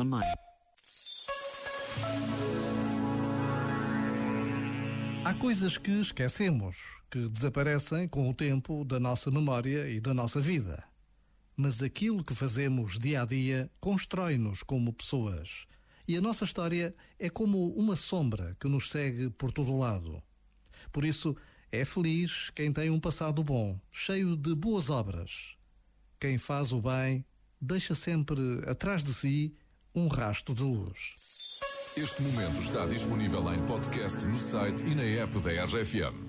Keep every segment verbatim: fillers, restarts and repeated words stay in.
memória. Há coisas que esquecemos, que desaparecem com o tempo da nossa memória e da nossa vida. Mas aquilo que fazemos dia a dia constrói-nos como pessoas. E a nossa história é como uma sombra que nos segue por todo o lado. Por isso, é feliz quem tem um passado bom, cheio de boas obras. Quem faz o bem, deixa sempre atrás de si um rastro de luz. Este momento está disponível em podcast no site e na app da R F M.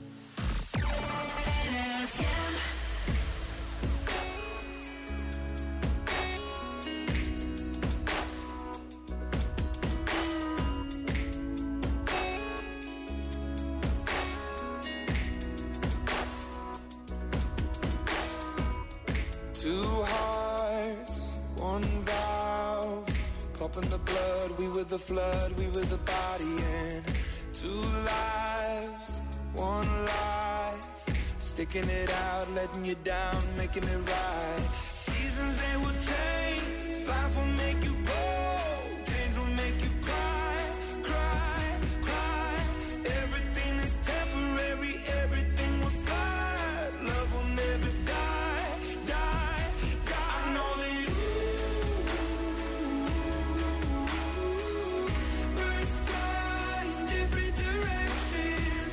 Two hearts, one valve, pumping the blood, we were the flood, we were the body, and two lives, one life, sticking it out, letting you down, making it right. Seasons they will change, life will make you grow, change will make you cry, cry, cry. Everything is temporary, everything will slide, love will never die, die, die. I know that birds fly in different directions.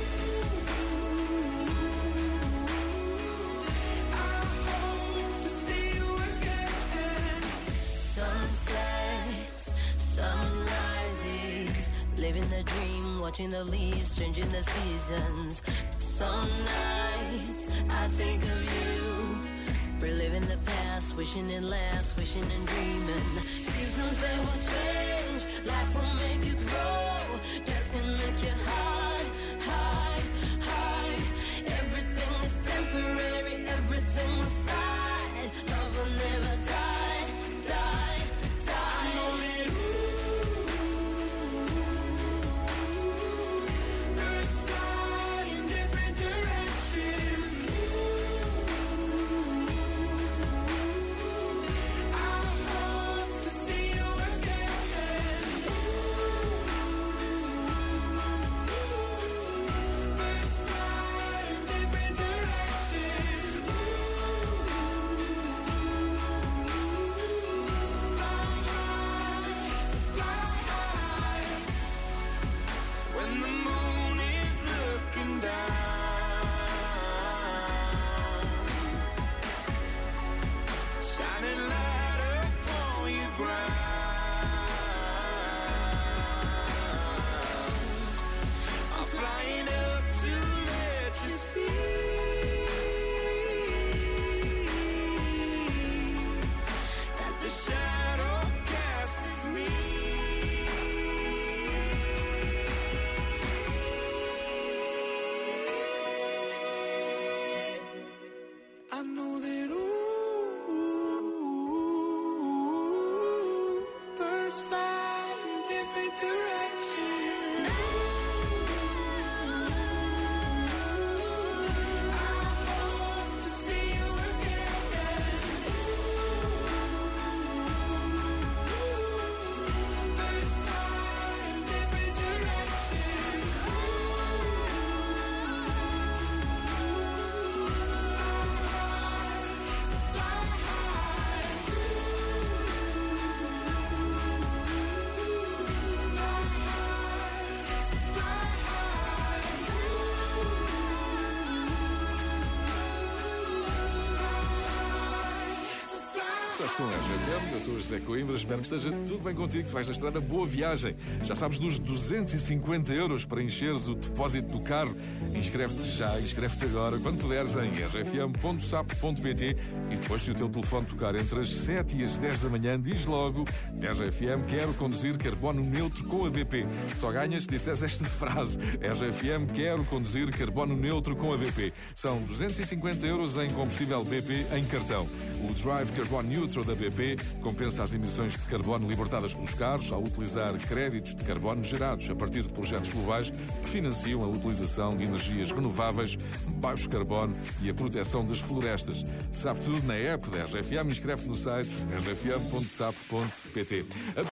I hope to see you again. Sunsets, sunrises, living the dream, watching the leaves, changing the seasons. Some nights I think of you, reliving the past, wishing it lasts, wishing and dreaming. Seasons they will change, life will make you grow, death can make you hide, hide, hide. Everything is temporary, everything will slide, love will never die, die, die. I know that birds fly in different directions. I hope to see you again. Birds fly in different directions. So fly high, so fly high. When the moon is looking down, shining light upon your ground, I'm flying up to let you see that the shadow cast is me. I know that ooh, birds fly in different directions. I hope to see you again. Birds fly in different directions. Estás com a R F M, eu sou o José Coimbra, espero que esteja tudo bem contigo, se vais na estrada, boa viagem. Já sabes dos duzentos e cinquenta euros para encheres o depósito do carro. Inscreve-te já, inscreve-te agora, quando puderes, em r f m ponto sap ponto p t, e depois, se o teu telefone tocar entre as sete e as dez da manhã, diz logo: R F M, quero conduzir carbono neutro com a B P. Só ganhas se disseres esta frase: R F M, quero conduzir carbono neutro com a B P. São duzentos e cinquenta euros em combustível B P em cartão. O Drive Carbon Neutral da B P compensa as emissões de carbono libertadas pelos carros ao utilizar créditos de carbono gerados a partir de projetos globais que financiam a utilização de energias renováveis, baixo carbono e a proteção das florestas. Sabe tudo na app da R F M, inscreve-te no site r f m ponto sap ponto p t.